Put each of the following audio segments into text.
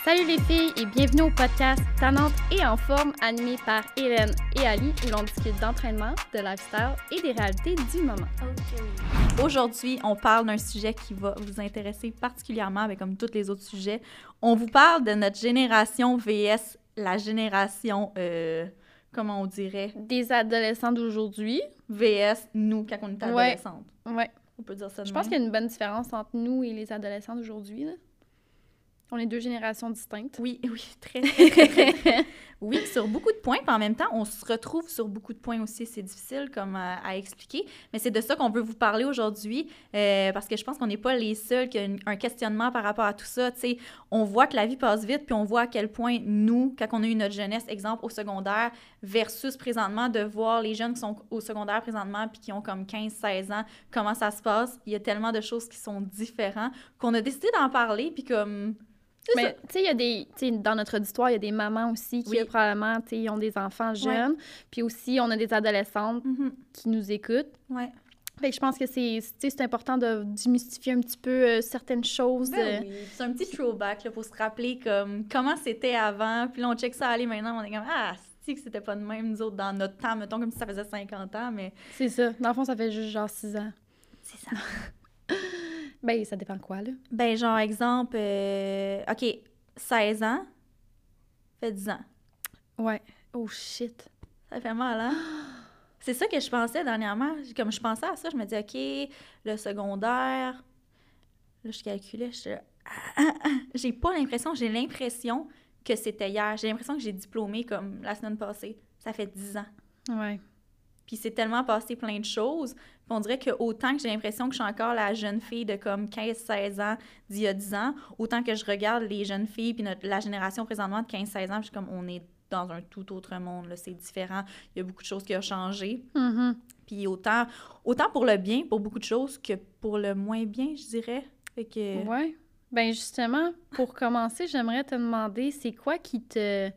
Salut les filles et bienvenue au podcast Tannante et en forme animé par Hélène et Ali où l'on discute d'entraînement, de lifestyle et des réalités du moment. Aujourd'hui, on parle d'un sujet qui va vous intéresser particulièrement, mais comme tous les autres sujets. On vous parle de notre génération VS la génération, comment on dirait? Des adolescents d'aujourd'hui. VS nous, quand on était adolescente. Ouais. On peut dire ça de Je pense même. qu'il y a une bonne différence entre nous et les adolescents d'aujourd'hui, là. On est deux générations distinctes. Oui, très. Oui, sur beaucoup de points, puis en même temps, on se retrouve sur beaucoup de points aussi. C'est difficile comme à expliquer, mais c'est de ça qu'on veut vous parler aujourd'hui, parce que je pense qu'on n'est pas les seuls qui ont un questionnement par rapport à tout ça. Tu sais, on voit que la vie passe vite, puis on voit à quel point nous, quand on a eu notre jeunesse, exemple au secondaire, versus présentement, de voir les jeunes qui sont au secondaire présentement, puis qui ont comme 15-16 ans, comment ça se passe. Il y a tellement de choses qui sont différentes qu'on a décidé d'en parler, puis comme... Mais tu sais, il y a des, dans notre auditoire, il y a des mamans aussi qui probablement, tu sais, ont des enfants jeunes. Puis aussi, on a des adolescentes qui nous écoutent. Ouais. Fait que je pense que c'est important de démystifier un petit peu certaines choses. Ben oui, c'est un petit throwback là, pour se rappeler comme comment c'était avant. Puis là, on check ça aller maintenant, on est comme « Ah, c'est que c'était pas de même, nous autres, dans notre temps, mettons, comme si ça faisait 50 ans, mais... » C'est ça. Dans le fond, ça fait juste genre 6 ans. C'est ça. Ben, ça dépend quoi, là? Ben, genre, exemple, OK, 16 ans, fait 10 ans. Ouais. Oh, shit. Ça fait mal, hein? C'est ça que je pensais dernièrement. Comme je pensais à ça, je me dis, OK, le secondaire... Là, je calculais, j'ai pas l'impression, j'ai l'impression que c'était hier. J'ai l'impression que j'ai diplômé comme la semaine passée. Ça fait 10 ans. Ouais. Puis c'est tellement passé plein de choses. Puis on dirait que autant que j'ai l'impression que je suis encore la jeune fille de comme 15-16 ans d'il y a 10 ans, autant que je regarde les jeunes filles puis la génération présentement de 15-16 ans, je suis comme, on est dans un tout autre monde, là, c'est différent. Il y a beaucoup de choses qui ont changé. Mm-hmm. Puis autant pour le bien, pour beaucoup de choses, que pour le moins bien, je dirais. Fait que... Ouais. Ben justement, pour commencer, j'aimerais te demander, c'est quoi qui te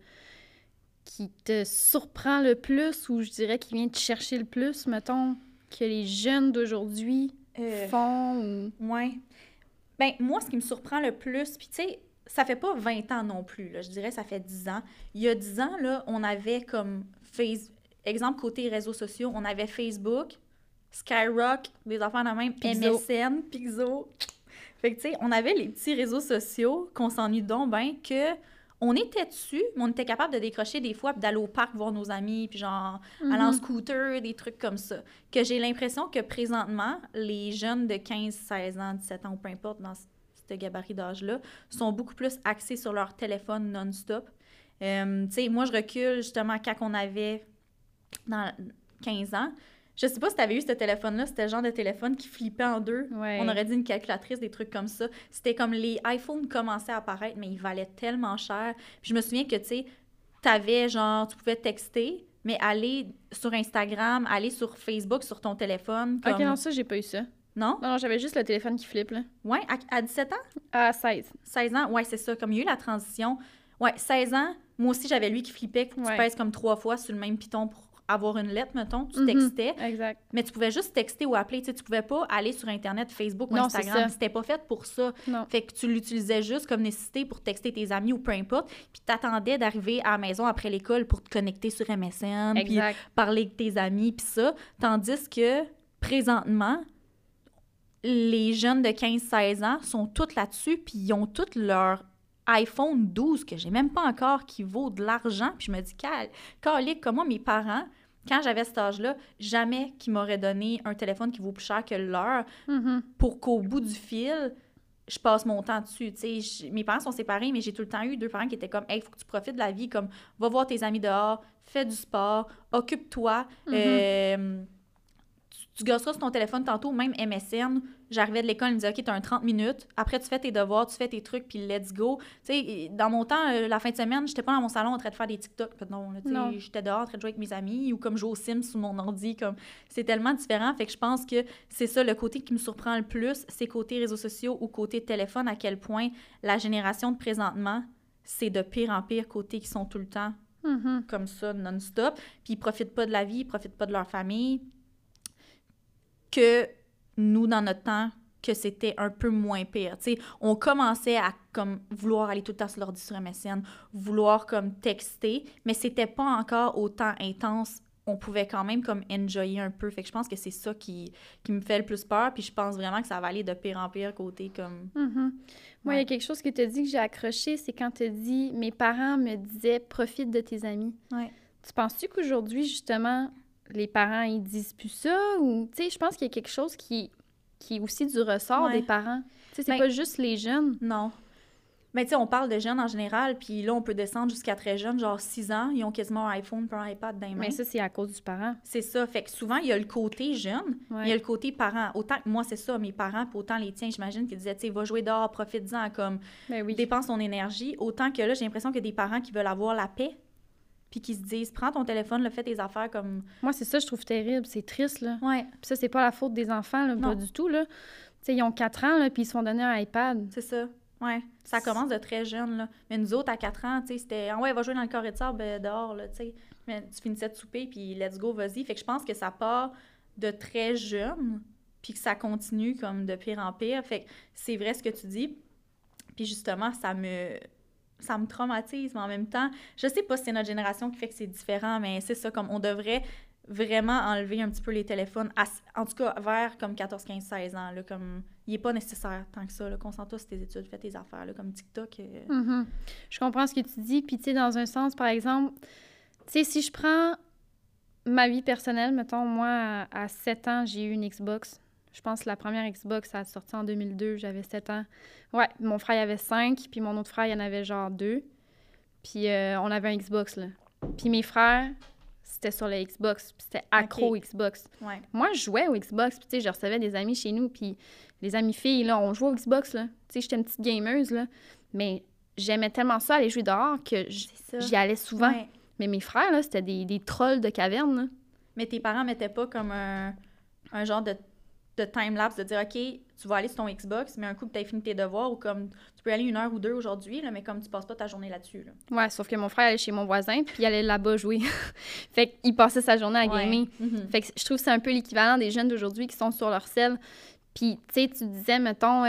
surprend le plus ou je dirais qui vient te chercher le plus, mettons, que les jeunes d'aujourd'hui font? Ou... Ouais. Ben moi, ce qui me surprend le plus, puis tu sais, ça fait pas 20 ans non plus, là, je dirais ça fait 10 ans. Il y a 10 ans, là, on avait comme exemple, côté réseaux sociaux, on avait Facebook, Skyrock, des affaires de même, Pixo. MSN, Pixo. Fait que tu sais, on avait les petits réseaux sociaux qu'on s'ennuie donc ben que... On était dessus, mais on était capable de décrocher des fois, puis d'aller au parc voir nos amis, puis genre aller en scooter, des trucs comme ça. Que j'ai l'impression que présentement, les jeunes de 15, 16 ans, 17 ans, ou peu importe, dans ce gabarit d'âge-là, sont beaucoup plus axés sur leur téléphone non-stop. Tu sais, moi, je recule justement quand on avait dans 15 ans. Je sais pas si tu avais eu ce téléphone-là, c'était le genre de téléphone qui flippait en deux. Ouais. On aurait dit une calculatrice, des trucs comme ça. C'était comme les iPhones commençaient à apparaître, mais ils valaient tellement cher. Puis je me souviens que, tu sais, t'avais genre, tu pouvais texter, mais aller sur Instagram, aller sur Facebook, sur ton téléphone. Comme... OK, non, ça, j'ai pas eu ça. Non? Non, j'avais juste le téléphone qui flippe, là. Ouais, à 17 ans? À 16. 16 ans, ouais, c'est ça. Comme il y a eu la transition. Ouais, 16 ans, moi aussi, j'avais lui qui flippait, que tu pèses comme 3 fois sur le même piton pour avoir une lettre, mettons, tu textais. Exact. Mais tu pouvais juste texter ou appeler, tu sais, tu pouvais pas aller sur Internet, Facebook ou Instagram. C'était pas fait pour ça. Non. Fait que tu l'utilisais juste comme nécessité pour texter tes amis ou peu importe, puis t'attendais d'arriver à la maison après l'école pour te connecter sur MSN, puis parler avec tes amis, puis ça. Tandis que, présentement, les jeunes de 15-16 ans sont tous là-dessus, puis ils ont tous leur iPhone 12, que j'ai même pas encore, qui vaut de l'argent. Puis je me dis, calique, comment mes parents, quand j'avais cet âge-là, jamais qu'ils m'auraient donné un téléphone qui vaut plus cher que le leur pour qu'au bout du fil, je passe mon temps dessus. Mes parents sont séparés, mais j'ai tout le temps eu 2 parents qui étaient comme « Hey, il faut que tu profites de la vie, comme va voir tes amis dehors, fais du sport, occupe-toi, tu gosseras sur ton téléphone tantôt, même MSN. » J'arrivais de l'école, ils me disaient « OK, t'as un 30 minutes. Après, tu fais tes devoirs, tu fais tes trucs, puis let's go. » Tu sais, dans mon temps, la fin de semaine, j'étais pas dans mon salon en train de faire des TikTok. Non. J'étais dehors en train de jouer avec mes amis ou comme jouer aux Sims sur mon ordi. Comme... C'est tellement différent. Fait que je pense que c'est ça, le côté qui me surprend le plus, c'est côté réseaux sociaux ou côté téléphone, à quel point la génération de présentement, c'est de pire en pire côté qui sont tout le temps comme ça, non-stop. Puis ils profitent pas de la vie, ils profitent pas de leur famille. Que nous, dans notre temps, que c'était un peu moins pire. Tu sais, on commençait à comme vouloir aller tout le temps sur l'ordi sur MSN, vouloir comme texter, mais c'était pas encore autant intense. On pouvait quand même comme enjoyer un peu. Fait que je pense que c'est ça qui me fait le plus peur. Puis je pense vraiment que ça va aller de pire en pire côté comme... Moi, il y a quelque chose que tu as dit que j'ai accroché, c'est quand tu as dit « Mes parents me disaient « Profite de tes amis ». Tu penses-tu qu'aujourd'hui, justement, les parents, ils disent plus ça? Ou, tu sais, je pense qu'il y a quelque chose qui est aussi du ressort des parents. Tu sais, c'est pas juste les jeunes. Non. Mais tu sais, on parle de jeunes en général, puis là, on peut descendre jusqu'à très jeunes, genre 6 ans, ils ont quasiment un iPhone puis un iPad dans les mains. Mais ça, c'est à cause du parent. C'est ça. Fait que souvent, il y a le côté jeune, il y a le côté parent. Autant que moi, c'est ça, mes parents, puis autant les tiens, j'imagine, qu'ils disaient, tu sais, va jouer dehors, profite-en, comme, dépense ton énergie. Autant que là, j'ai l'impression qu'il y a des parents qui veulent avoir la paix, puis qui se disent, prends ton téléphone, fais tes affaires comme... Moi, c'est ça, je trouve terrible, c'est triste, là. Ouais. Puis ça, c'est pas la faute des enfants, là, pas du tout, là. Tu sais, ils ont 4 ans, là, puis ils se font donner un iPad. C'est ça. Ouais, ça commence de très jeune, là. Mais nous autres, à 4 ans, tu sais, c'était « Ah ouais, va jouer dans le carré de sable dehors, là, tu sais. » Mais tu finissais de souper, puis let's go, vas-y. Fait que je pense que ça part de très jeune, puis que ça continue comme de pire en pire. Fait que c'est vrai ce que tu dis. Puis justement, ça me traumatise, mais en même temps, je sais pas si c'est notre génération qui fait que c'est différent, mais c'est ça, comme on devrait vraiment enlever un petit peu les téléphones, en tout cas vers comme 14, 15, 16 ans, là, comme il est pas nécessaire tant que ça, là, concentre-toi sur tes études, fais tes affaires, là, comme TikTok. Je comprends ce que tu dis, puis tu sais, dans un sens, par exemple, tu sais, si je prends ma vie personnelle, mettons, moi, à 7 ans, j'ai eu une Xbox. Je pense que la première Xbox, ça a sorti en 2002, j'avais 7 ans. Ouais, mon frère, il avait 5, puis mon autre frère, il en avait genre 2. Puis on avait un Xbox, là. Puis mes frères... c'était sur le Xbox, puis c'était accro Xbox. Ouais. Moi, je jouais au Xbox, puis tu sais, je recevais des amis chez nous, puis les amis filles, là, on jouait au Xbox, là. Tu sais, j'étais une petite gameuse, là, mais j'aimais tellement ça, aller jouer dehors, que j'y allais souvent. Ouais. Mais mes frères, là, c'était des trolls de caverne, là. Mais tes parents mettaient pas comme un genre de time-lapse, de dire, OK, tu vas aller sur ton Xbox, mais un coup que tu as fini tes devoirs, ou comme, tu peux aller 1 heure ou 2 aujourd'hui, là, mais comme tu passes pas ta journée là-dessus, là. Ouais, sauf que mon frère allait chez mon voisin, puis il allait là-bas jouer. Fait qu'il passait sa journée à gamer. Fait que je trouve que c'est un peu l'équivalent des jeunes d'aujourd'hui qui sont sur leur cell. Puis, tu sais, tu disais, mettons,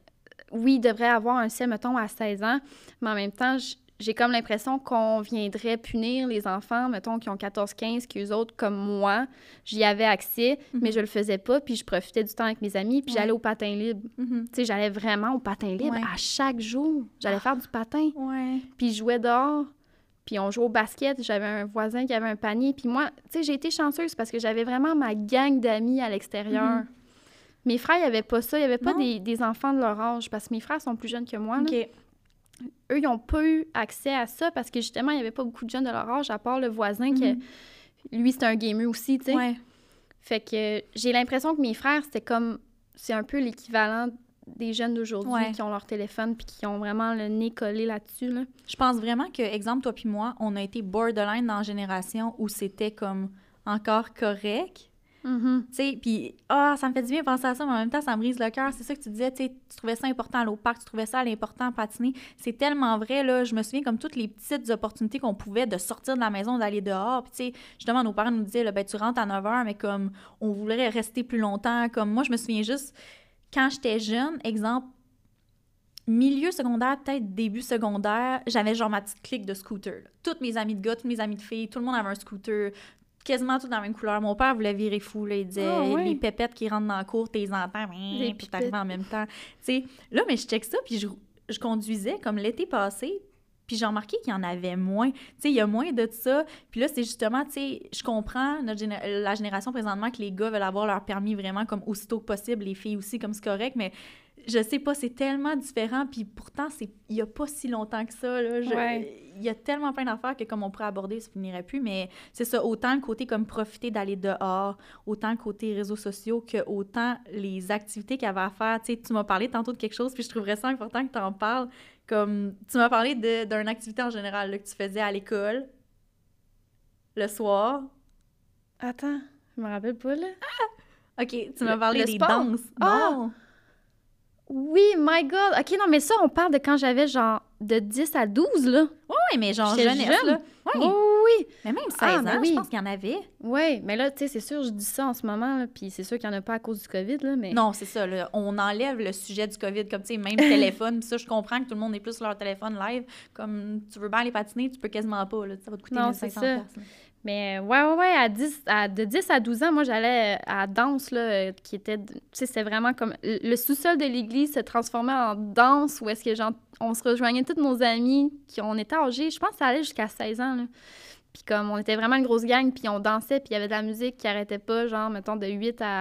oui, il devrait avoir un cell, mettons, à 16 ans, mais en même temps, j'ai comme l'impression qu'on viendrait punir les enfants, mettons, qui ont 14-15, qu'eux autres, comme moi, j'y avais accès, mais je le faisais pas, puis je profitais du temps avec mes amis, puis j'allais au patin libre. Tu sais, j'allais vraiment au patin libre à chaque jour. J'allais faire du patin. Puis je jouais dehors, puis on jouait au basket. J'avais un voisin qui avait un panier, puis moi, tu sais, j'ai été chanceuse parce que j'avais vraiment ma gang d'amis à l'extérieur. Mes frères, il n'y avait pas ça. Il n'y avait pas des enfants de leur âge, parce que mes frères sont plus jeunes que moi, là. Eux, ils n'ont pas eu accès à ça parce que, justement, il n'y avait pas beaucoup de jeunes de leur âge, à part le voisin qui, lui, c'était un gamer aussi, tu sais. Fait que j'ai l'impression que mes frères, c'est un peu l'équivalent des jeunes d'aujourd'hui qui ont leur téléphone puis qui ont vraiment le nez collé là-dessus, là. Je pense vraiment que, exemple, toi puis moi, on a été borderline dans la génération où c'était comme encore correct. Tu sais, puis ça me fait du bien de penser à ça, mais en même temps, ça me brise le cœur. C'est ça que tu disais, tu sais, tu trouvais ça important aller au parc, tu trouvais ça important patiner. C'est tellement vrai, là. Je me souviens comme toutes les petites opportunités qu'on pouvait de sortir de la maison, d'aller dehors. Puis, tu sais, justement, nos parents nous disaient, là, ben, tu rentres à 9h, mais comme on voudrait rester plus longtemps. Comme moi, je me souviens juste, quand j'étais jeune, exemple, milieu secondaire, peut-être début secondaire, j'avais genre ma petite clique de scooter, là. Toutes mes amies de gars, toutes mes amies de filles, tout le monde avait un scooter. Quasiment toutes dans la même couleur. Mon père voulait virer fou, là. Il disait, les pépettes qui rentrent dans la cour, t'es entends, puis t'arrives en même temps. Tu sais, là, mais je check ça, puis je conduisais comme l'été passé, puis j'ai remarqué qu'il y en avait moins. Tu sais, il y a moins de ça. Puis là, c'est justement, tu sais, je comprends la génération présentement que les gars veulent avoir leur permis vraiment comme aussitôt que possible, les filles aussi, comme c'est correct, mais je sais pas, c'est tellement différent, puis pourtant, il y a pas si longtemps que ça, là. Il y a tellement plein d'affaires que comme on pourrait aborder, ça finirait plus, mais c'est ça, autant le côté comme profiter d'aller dehors, autant le côté réseaux sociaux que autant les activités qu'il y avait à faire. Tu sais, tu m'as parlé tantôt de quelque chose, puis je trouverais ça important que tu en parles. Comme, tu m'as parlé d'une activité en général là, que tu faisais à l'école, le soir. Attends, je me rappelle pas, là. OK, tu m'as parlé des danses. Non! Oui, my God! OK, non, mais ça, on parle de quand j'avais genre de 10 à 12, là. Oui, mais genre jeunesse, là. Oui, oui! Mais même 16 ans, je pense qu'il y en avait. Oui, mais là, tu sais, c'est sûr, je dis ça en ce moment, puis c'est sûr qu'il n'y en a pas à cause du COVID, là, mais... Non, c'est ça, là, on enlève le sujet du COVID, comme, tu sais, même téléphone, ça, je comprends que tout le monde est plus sur leur téléphone live, comme, tu veux bien aller patiner, tu peux quasiment pas, là, ça va te coûter 1500 $. Mais ouais, de 10 à 12 ans, moi, j'allais à la danse, là, qui était... Tu sais, c'était vraiment comme... Le sous-sol de l'église se transformait en danse, où est-ce que, genre, on se rejoignait tous nos amis, on était âgés, je pense que ça allait jusqu'à 16 ans, là. Puis comme, on était vraiment une grosse gang, puis on dansait, puis il y avait de la musique qui arrêtait pas, genre, mettons, de 8 à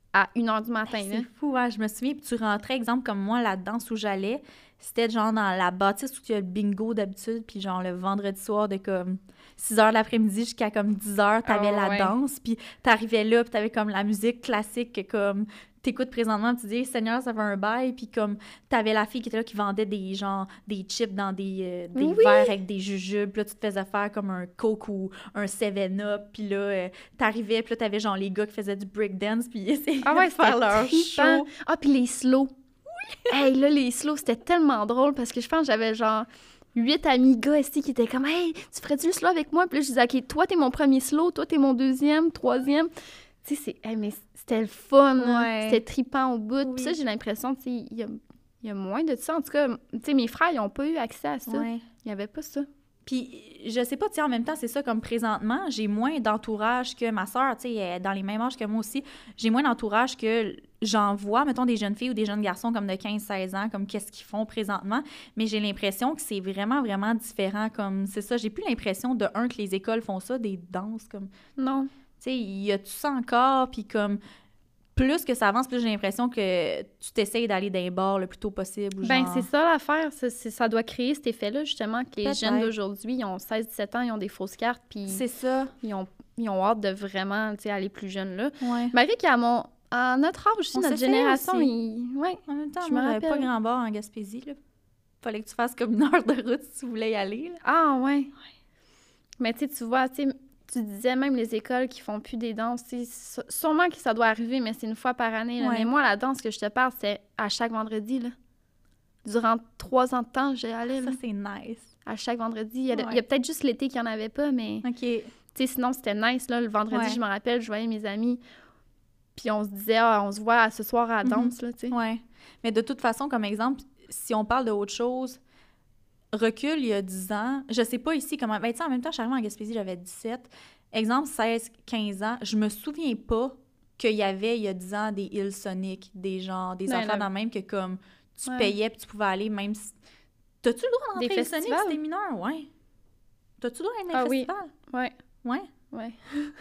1h du matin, là. C'est fou, ouais, je me souviens, puis tu rentrais, exemple, comme moi, la danse où j'allais, c'était genre dans la bâtisse où il y a le bingo d'habitude, puis genre le vendredi soir de comme 6h de l'après-midi jusqu'à comme 10h, t'avais la danse, puis t'arrivais là, puis t'avais comme la musique classique que comme t'écoutes présentement, puis tu dis « Seigneur, ça fait un bail », puis comme t'avais la fille qui était là qui vendait des chips dans des verres avec des jujubes, puis là tu te faisais faire comme un Coke ou un 7-Up, puis là t'arrivais, puis là t'avais genre les gars qui faisaient du breakdance, puis ils essayaient de faire leur show. Ah, puis les slows. Hey, là, les slows, c'était tellement drôle parce que je pense que j'avais genre 8 amis gars ici qui étaient comme « Hey, tu ferais-tu le slow avec moi? » Puis là, je disais « OK, toi, t'es mon premier slow, toi, t'es mon deuxième, troisième. » Tu sais, mais c'était le fun, c'était trippant au bout. Oui. Puis ça, j'ai l'impression, tu sais, il y a moins de ça. En tout cas, tu sais, mes frères, ils n'ont pas eu accès à ça. Il n'y avait pas ça. Puis, je sais pas, tu sais, en même temps, c'est ça, comme présentement, j'ai moins d'entourage que ma sœur, tu sais, elle est dans les mêmes âges que moi aussi. J'ai moins d'entourage que j'en vois, mettons, des jeunes filles ou des jeunes garçons comme de 15-16 ans, comme qu'est-ce qu'ils font présentement. Mais j'ai l'impression que c'est vraiment, vraiment différent. Comme, c'est ça, j'ai plus l'impression que les écoles font ça, des danses, comme... Non. Tu sais, il y a tout ça encore, puis comme... Plus que ça avance, plus j'ai l'impression que tu t'essayes d'aller dans les bars le plus tôt possible. Ben, c'est ça l'affaire. Ça doit créer cet effet-là, justement, que les jeunes d'aujourd'hui, ils ont 16-17 ans, ils ont des fausses cartes, puis... C'est ça. Ils ont hâte de vraiment, tu sais, aller plus jeune, là. Ouais. Malgré qu'à notre âge aussi, notre génération, Ouais. En même temps, moi, j'avais pas grand bar en Gaspésie, là. Fallait que tu fasses comme 1 heure de route si tu voulais y aller, là. Ah, ouais. Mais tu vois, tu disais même les écoles qui font plus des danses, sûrement que ça doit arriver, mais c'est une fois par année. Là. Ouais. Mais moi, la danse que je te parle, c'est à chaque vendredi. Là. Durant 3 ans de temps, j'y allais. Ça, c'est nice. À chaque vendredi. Il y a peut-être juste l'été qu'il n'y en avait pas, mais... OK. Sinon, c'était nice. Là, le vendredi, je me rappelle, je voyais mes amis, puis on se disait, on se voit ce soir à la danse. Là, ouais. Mais de toute façon, comme exemple, si on parle de autre chose... Recul, il y a 10 ans, je sais pas ici comment... Ben, tu sais, en même temps, je suis arrivée en Gaspésie, j'avais 17. Exemple, 16-15 ans, je me souviens pas qu'il y avait, il y a 10 ans, des îles Sonic, des affaires dans le même que comme tu payais puis tu pouvais aller même si... T'as-tu le droit d'entrer à Sonic si t'es mineur? Ouais. T'as-tu le droit d'aller dans les festivals? Ouais. Ouais? Ouais.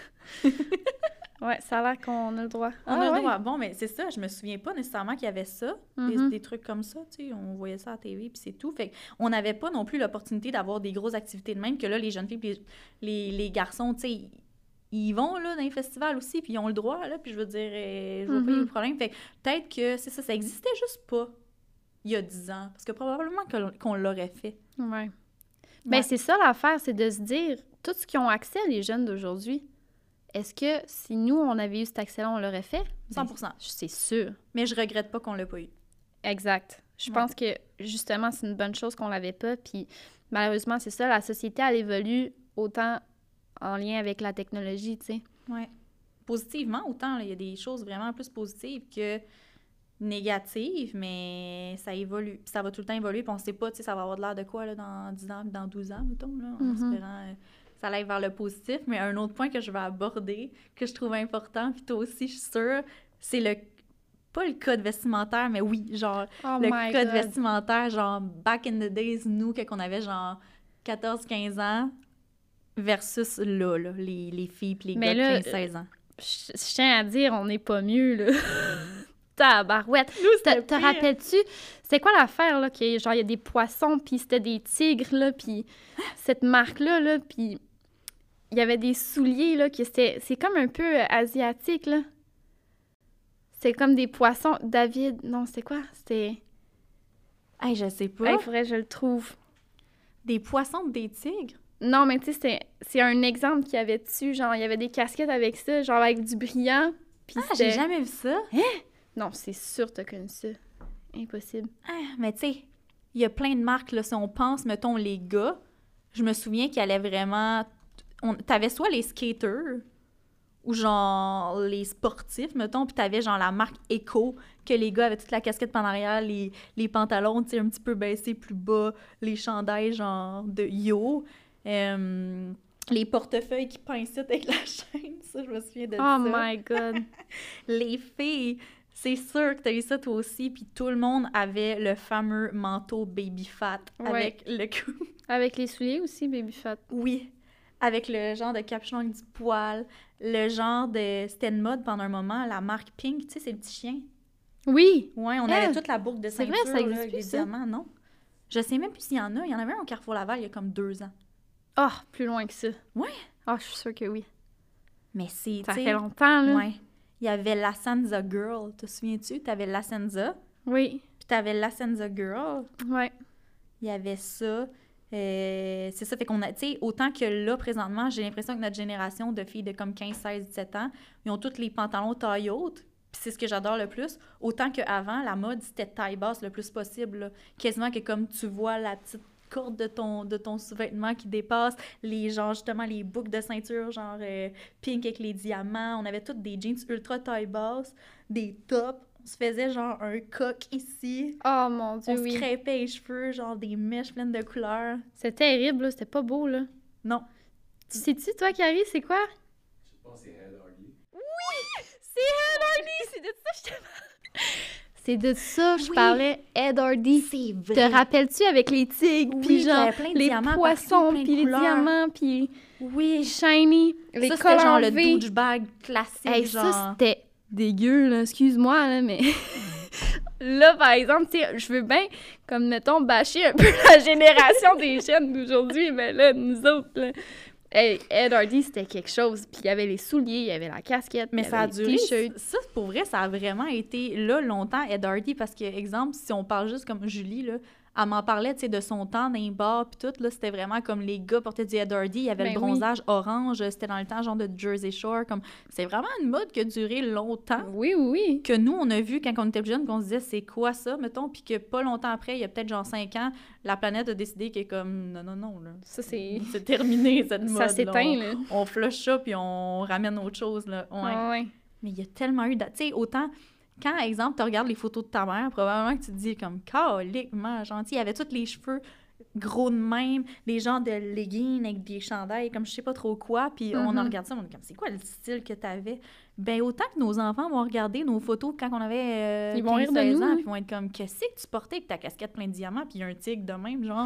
Ouais, ça a l'air qu'on a le droit. On a le droit. Bon, mais c'est ça, je me souviens pas nécessairement qu'il y avait ça, des trucs comme ça, tu sais, on voyait ça à la TV, puis c'est tout. Fait on n'avait pas non plus l'opportunité d'avoir des grosses activités de même, que là, les jeunes filles puis les garçons, tu sais, ils vont, là, dans les festivals aussi, puis ils ont le droit, là, puis je veux dire, je vois pas le problème. Fait peut-être que, c'est ça existait juste pas il y a 10 ans, parce que probablement qu'on l'aurait fait. Ouais. Ben, c'est ça l'affaire, c'est de se dire, tout ce qu'ils ont accès, les jeunes d'aujourd'hui, est-ce que si nous, on avait eu cet accès-là, on l'aurait fait? 100%. Ben, c'est sûr. Mais je regrette pas qu'on l'a pas eu. Exact. Je pense que, justement, c'est une bonne chose qu'on l'avait pas. Puis, malheureusement, c'est ça, la société, elle évolue autant en lien avec la technologie, tu sais. Oui. Positivement, autant, il y a des choses vraiment plus positives que négatives, mais ça évolue. Puis ça va tout le temps évoluer, puis on sait pas, tu sais, ça va avoir de l'air de quoi, là, dans 10 ans, dans 12 ans, mettons, là, en espérant... ça aille vers le positif, mais un autre point que je vais aborder, que je trouve important, puis toi aussi, je suis sûre, c'est pas le code vestimentaire, mais oui, genre, le code vestimentaire, genre, back in the days, nous, quand on avait, genre, 14-15 ans, versus là, les filles puis les gars de 15-16 ans. Je tiens à dire, on n'est pas mieux, là. Tabarouette. Te rappelles-tu, c'est quoi l'affaire, là, genre, il y a des poissons, puis c'était des tigres, là, puis cette marque-là, là, puis... Il y avait des souliers, là, c'est comme un peu asiatique, là. C'est comme des poissons. David, non, c'était quoi? C'était... Hey, je sais pas. Il faudrait que je le trouve. Des poissons des tigres? Non, mais tu sais, c'est un exemple qu'il y avait dessus. Genre, il y avait des casquettes avec ça, genre avec du brillant. J'ai jamais vu ça. Hein? Non, c'est sûr que t'as connu ça. Impossible. Ah, mais tu sais, il y a plein de marques, là. Si on pense, mettons, les gars, je me souviens qu'ils allaient vraiment... t'avais soit les skaters ou genre les sportifs, mettons, puis t'avais genre la marque Echo, que les gars avaient toute la casquette par arrière, les pantalons, tu sais, un petit peu baissés plus bas, les chandails genre de yo, les portefeuilles qui pinçaient avec la chaîne, ça, je me souviens de ça. Oh my God! Les filles, c'est sûr que t'as eu ça toi aussi, puis tout le monde avait le fameux manteau baby fat avec le cou. Avec les souliers aussi, baby fat. Oui, avec le genre de capuchon avec du poil, le genre de... C'était une mode pendant un moment, la marque Pink, tu sais, c'est le petit chien. Oui! Ouais, on avait toute la boucle de ceinture, c'est vrai, ça existe là, avec plus, des diamants, non? Je sais même plus s'il y en a. Il y en avait un au Carrefour Laval il y a comme 2 ans. Ah, oh, plus loin que ça. Ouais? Ah, je suis sûre que oui. Mais c'est, ça fait longtemps, là. Ouais. Il y avait la Sansa Girl, te souviens-tu? T'avais la Sansa. Oui. Puis t'avais la Sansa Girl. Ouais. Il y avait ça. C'est ça, fait qu'on a, tu sais, autant que là, présentement, j'ai l'impression que notre génération de filles de comme 15, 16, 17 ans, ils ont tous les pantalons taille haute, puis c'est ce que j'adore le plus, autant qu'avant, la mode, c'était taille basse le plus possible, là. Quasiment que comme tu vois la petite corde de ton sous-vêtement qui dépasse, les genre, justement, les boucles de ceinture, genre pink avec les diamants, on avait toutes des jeans ultra taille basse, des tops, on se faisait genre un coq ici. Oh mon Dieu, on se crêpait les cheveux, genre des mèches pleines de couleurs. C'était terrible, là. C'était pas beau, là. Non. Tu sais-tu, toi, Carrie, c'est quoi? Je pense que c'est Ed Hardy. Oui! C'est Ed Hardy! C'est de ça que je te C'est de ça que je parlais, Ed Hardy. C'est vrai. Te rappelles-tu avec les tigres, puis genre les poissons, puis les diamants, puis shiny, les ça, c'était genre le V. douchebag classique, genre. Ça, c'était dégueu, là. Excuse-moi, là, mais... Là, par exemple, tu sais, je veux bien, comme, mettons, bâcher un peu la génération des jeunes d'aujourd'hui, mais là, nous autres, là... Hey, Ed Hardy, c'était quelque chose. Puis il y avait les souliers, il y avait la casquette, mais ça a duré. T-shirt. Ça, pour vrai, ça a vraiment été là longtemps, Ed Hardy, parce que, exemple, si on parle juste comme Julie, là, elle m'en parlait, tu sais, de son temps dans les bars, puis tout, là, c'était vraiment comme les gars portaient du Ed Hardy, il y avait le bronzage orange, c'était dans le temps, genre, de Jersey Shore, comme... C'est vraiment une mode qui a duré longtemps. Oui, oui. Que nous, on a vu quand on était plus jeunes, qu'on se disait, c'est quoi ça, mettons, puis que pas longtemps après, il y a peut-être genre 5 ans, la planète a décidé qu'elle est comme, non, là. Ça, c'est... C'est terminé, cette mode, ça s'éteint, là. On flush ça, puis on ramène autre chose, là. Ouais. Mais il y a tellement eu... Tu sais, autant... Quand, par exemple, tu regardes les photos de ta mère, probablement que tu te dis comme « caliquement gentil ». Il y avait tous les cheveux gros de même, les genres de leggings avec des chandails, comme je sais pas trop quoi. Puis on en regarde ça, on est comme « c'est quoi le style que t'avais? » Ben autant que nos enfants vont regarder nos photos quand on avait 15-16 ans, puis ils vont être comme « qu'est-ce que tu portais avec ta casquette pleine de diamants? » Puis il y a un tigre de même, genre.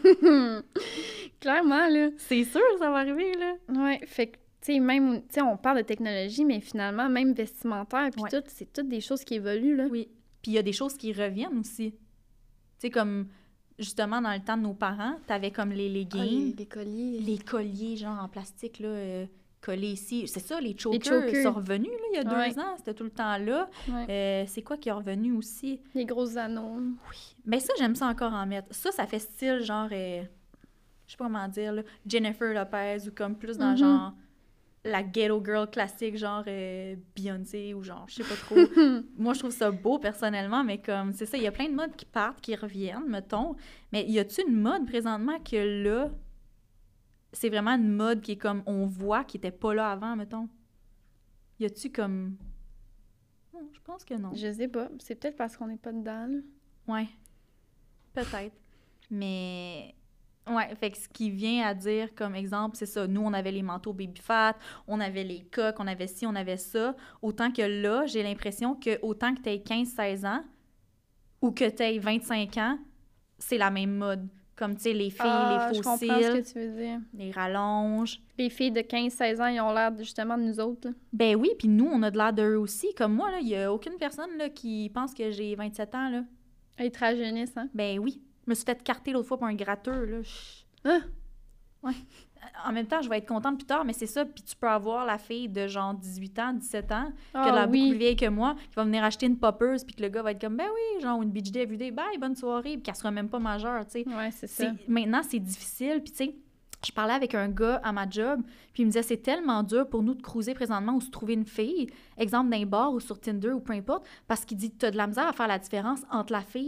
Clairement, là. C'est sûr que ça va arriver, là. Ouais, fait que tu sais, même, tu sais, on parle de technologie, mais finalement, même vestimentaire, puis tout, c'est toutes des choses qui évoluent, là. Oui. Puis il y a des choses qui reviennent aussi. Tu sais, comme, justement, dans le temps de nos parents, t'avais comme les leggings. Les colliers. Les colliers, genre, en plastique, là, collés ici. C'est ça, les chokers sont revenus, là, il y a 2 ans. C'était tout le temps là. Ouais. C'est quoi qui est revenu aussi? Les gros anneaux. Oui. Mais ça, j'aime ça encore en mettre. Ça fait style, genre, je sais pas comment dire, là, Jennifer Lopez, ou comme plus dans, genre... la ghetto girl classique, genre Beyoncé ou genre, je sais pas trop. Moi, je trouve ça beau, personnellement, mais comme, c'est ça, il y a plein de modes qui partent, qui reviennent, mettons. Mais y a-tu une mode, présentement, que là, c'est vraiment une mode qui est comme, on voit, qui était pas là avant, mettons? Y a-tu comme... Non, je pense que non. Je sais pas. C'est peut-être parce qu'on n'est pas dedans, là. Ouais. Peut-être. Mais... Ouais, fait que ce qui vient à dire comme exemple, c'est ça. Nous, on avait les manteaux baby fat, on avait les coques, on avait ci, on avait ça. Autant que là, j'ai l'impression que autant que tu aies 15-16 ans ou que tu aies 25 ans, c'est la même mode. Comme, tu sais, les filles, les faux cils, ce que tu veux dire. Les rallonges. Les filles de 15-16 ans, ils ont l'air justement de nous autres. Là. Ben oui, puis nous, on a de l'air d'eux aussi. Comme moi, il n'y a aucune personne là, qui pense que j'ai 27 ans. Là. Être à jeunesse, hein? Ben oui. Je me suis fait carter l'autre fois par un gratteur, là. Ah! Ouais. En même temps, je vais être contente plus tard, mais c'est ça. Puis tu peux avoir la fille de genre 18 ans, 17 ans, qui a l'air beaucoup plus vieille que moi, qui va venir acheter une poppers, puis que le gars va être comme, ben oui, genre une beach day everyday, bye, bonne soirée, puis qu'elle sera même pas majeure, tu sais. Ouais, c'est ça. Maintenant, c'est difficile, puis tu sais, je parlais avec un gars à ma job, puis il me disait, c'est tellement dur pour nous de cruiser présentement ou se trouver une fille, exemple d'un bar ou sur Tinder ou peu importe, parce qu'il dit, t'as de la misère à faire la différence entre la fille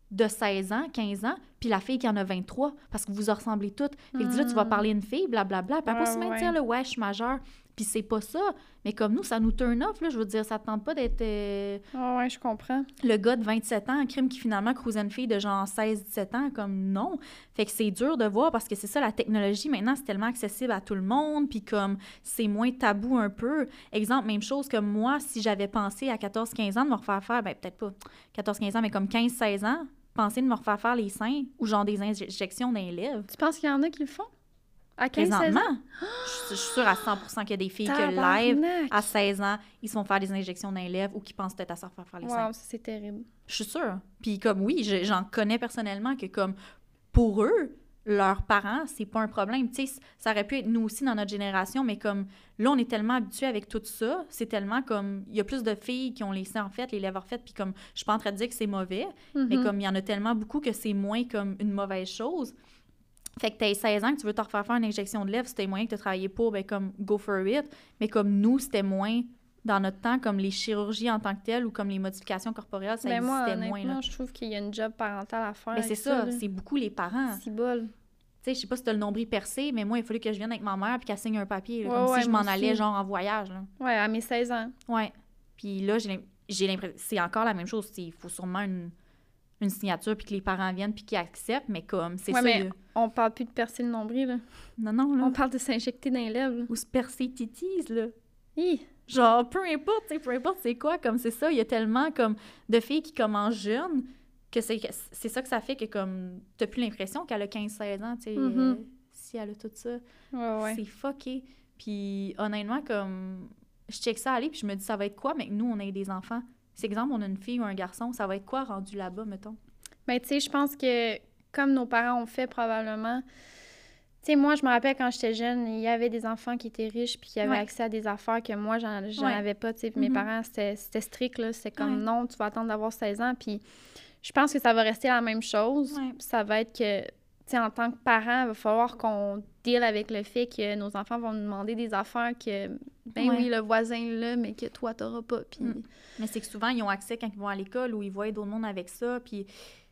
de 16 ans, 15 ans, puis la fille qui en a 23, parce que vous ressemblez toutes. Fait que là, tu vas parler à une fille, blablabla, puis après, se dire, là, ouais, je suis majeure. Puis c'est pas ça. Mais comme nous, ça nous turn off, là. Je veux dire, ça te tente pas d'être... ouais, je comprends. Le gars de 27 ans, un crime qui finalement croise une fille de genre 16-17 ans, comme non. Fait que c'est dur de voir parce que c'est ça, la technologie, maintenant, c'est tellement accessible à tout le monde, puis comme c'est moins tabou un peu. Exemple, même chose que moi, si j'avais pensé à 14-15 ans de me refaire faire, ben peut-être pas 14-15 ans, mais comme 15-16 ans, penser de me refaire faire les seins ou genre des injections dans les lèvres. Tu penses qu'il y en a qui le font? À 15-16 ans? Je suis sûre à 100% qu'il y a des filles que live, à 16 ans, ils se font faire des injections dans les lèvres ou qui pensent peut-être à se refaire faire les seins. Wow, ça, c'est terrible. Je suis sûre. Puis comme, oui, j'en connais personnellement que comme, pour eux, leurs parents, c'est pas un problème. Tu sais, ça aurait pu être nous aussi dans notre génération, mais comme, là, on est tellement habitués avec tout ça, c'est tellement comme, il y a plus de filles qui ont les seins faites, les lèvres faites, puis comme, je suis pas en train de dire que c'est mauvais, mais comme, il y en a tellement beaucoup que c'est moins comme une mauvaise chose. Fait que t'as 16 ans que tu veux te refaire faire une injection de lèvres, c'était moyen que tu as travaillé pour, ben comme, go for it. Mais comme nous, c'était moins, dans notre temps, comme les chirurgies en tant que telles ou comme les modifications corporelles, ça existait moins. Là. Je trouve qu'il y a une job parentale à faire. Mais c'est ça, c'est beaucoup les parents. C'est bol. Tu sais, je sais pas si t'as le nombril percé, mais moi, il a fallu que je vienne avec ma mère puis qu'elle signe un papier, là, comme si je m'en allais, genre, en voyage. Là. Ouais, à mes 16 ans. Ouais. Puis là, j'ai l'impression... C'est encore la même chose. Il faut sûrement une signature puis que les parents viennent puis qu'ils acceptent, mais comme, c'est ça... Mais on parle plus de percer le nombril, là. Non, là. On parle de s'injecter dans les lèvres, là. Ou se percer titis, là. Hi. Genre, peu importe c'est quoi, comme c'est ça, il y a tellement, comme, de filles qui commencent jeunes que c'est ça que ça fait que, comme, t'as plus l'impression qu'elle a 15-16 ans, tu sais, si elle a tout ça. Ouais. C'est fucké. Puis, honnêtement, comme, je check ça aller, puis je me dis, ça va être quoi, mais que nous, on ait des enfants? C'est exemple, on a une fille ou un garçon, ça va être quoi rendu là-bas, mettons? Ben, tu sais, je pense que, comme nos parents ont fait probablement... Tu sais, moi, je me rappelle quand j'étais jeune, il y avait des enfants qui étaient riches puis qui avaient accès à des affaires que moi, j'en avais pas, tu sais. Mes parents, c'était strict, là. C'était comme, non, tu vas attendre d'avoir 16 ans. Puis je pense que ça va rester la même chose. Ça va être que, tu sais, en tant que parent, il va falloir qu'on deal avec le fait que nos enfants vont nous demander des affaires que, oui, le voisin l'a, mais que toi, t'auras pas. Puis... Mais c'est que souvent, ils ont accès quand ils vont à l'école ou ils voient d'autres mondes avec ça. Puis,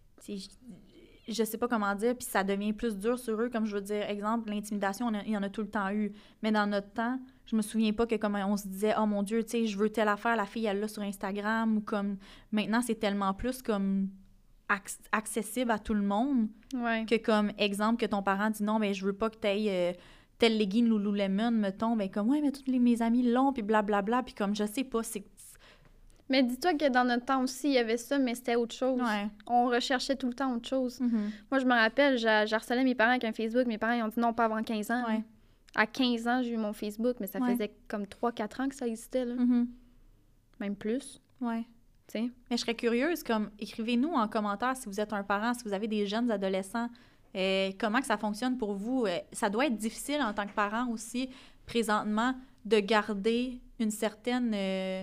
je sais pas comment dire, puis ça devient plus dur sur eux, comme je veux dire, exemple, l'intimidation, il y en a tout le temps eu. Mais dans notre temps, je me souviens pas que comme on se disait, oh mon Dieu, tu sais, je veux telle affaire, la fille, elle l'a sur Instagram, ou comme, maintenant, c'est tellement plus comme accessible à tout le monde, que comme, exemple, que ton parent dit, non, mais je veux pas que t'aies tel legging Lululemon, mettons, ben comme, ouais, mais tous mes amis l'ont, puis blablabla, puis comme, je sais pas, c'est... Mais dis-toi que dans notre temps aussi, il y avait ça, mais c'était autre chose. Ouais. On recherchait tout le temps autre chose. Moi, je me rappelle, j'harcelais mes parents avec un Facebook. Mes parents, ils ont dit non, pas avant 15 ans. Ouais. À 15 ans, j'ai eu mon Facebook, mais ça faisait comme 3-4 ans que ça existait. Là. Même plus. Ouais. T'sais. Mais je serais curieuse, comme, écrivez-nous en commentaire si vous êtes un parent, si vous avez des jeunes adolescents, comment que ça fonctionne pour vous. Ça doit être difficile en tant que parent aussi, présentement, de garder une certaine...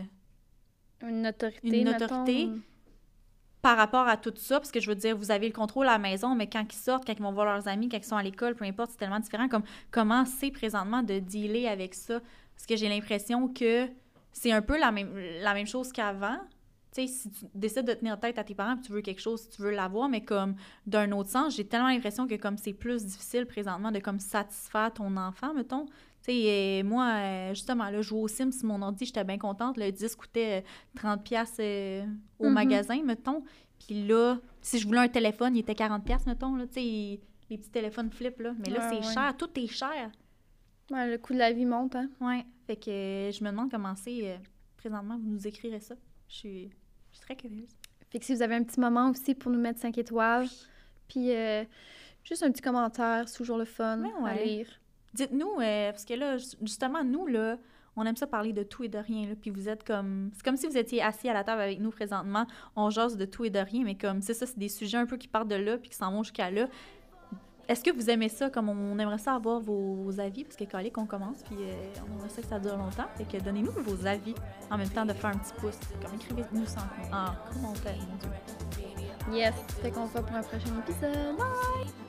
Une autorité par rapport à tout ça, parce que je veux dire, vous avez le contrôle à la maison, mais quand ils sortent, quand ils vont voir leurs amis, quand ils sont à l'école, peu importe, c'est tellement différent. Comme comment c'est présentement de dealer avec ça? Parce que j'ai l'impression que c'est un peu la même chose qu'avant. Tu sais, si tu décides de tenir tête à tes parents, puis tu veux quelque chose, si tu veux l'avoir, mais comme d'un autre sens, j'ai tellement l'impression que comme c'est plus difficile présentement de comme satisfaire ton enfant, mettons. Tu sais, moi, justement, là, je jouais aux Sims sur mon ordi, j'étais bien contente. Le disque coûtait 30$ au magasin, mettons. Puis là, si je voulais un téléphone, il était 40$, mettons, là, tu sais, les petits téléphones flip, là. Mais là, c'est cher, tout est cher. Ouais, le coût de la vie monte, hein? Ouais, fait que je me demande comment c'est, présentement, vous nous écrirez ça. Je suis très curieuse. Fait que si vous avez un petit moment aussi pour nous mettre 5 étoiles, puis juste un petit commentaire, c'est toujours le fun à lire. Dites-nous, parce que là, justement, nous, là, on aime ça parler de tout et de rien, là, puis vous êtes comme... C'est comme si vous étiez assis à la table avec nous présentement, on jase de tout et de rien, mais comme, c'est ça, c'est des sujets un peu qui partent de là, puis qui s'en vont jusqu'à là. Est-ce que vous aimez ça, comme on aimerait ça avoir vos avis, parce que calé qu'on commence, puis on aimerait ça que ça dure longtemps, fait que donnez-nous vos avis, en même temps de faire un petit pouce, comme écrivez-nous ça en commentaire, mon Dieu. Yes, fait qu'on se voit pour un prochain épisode. Bye!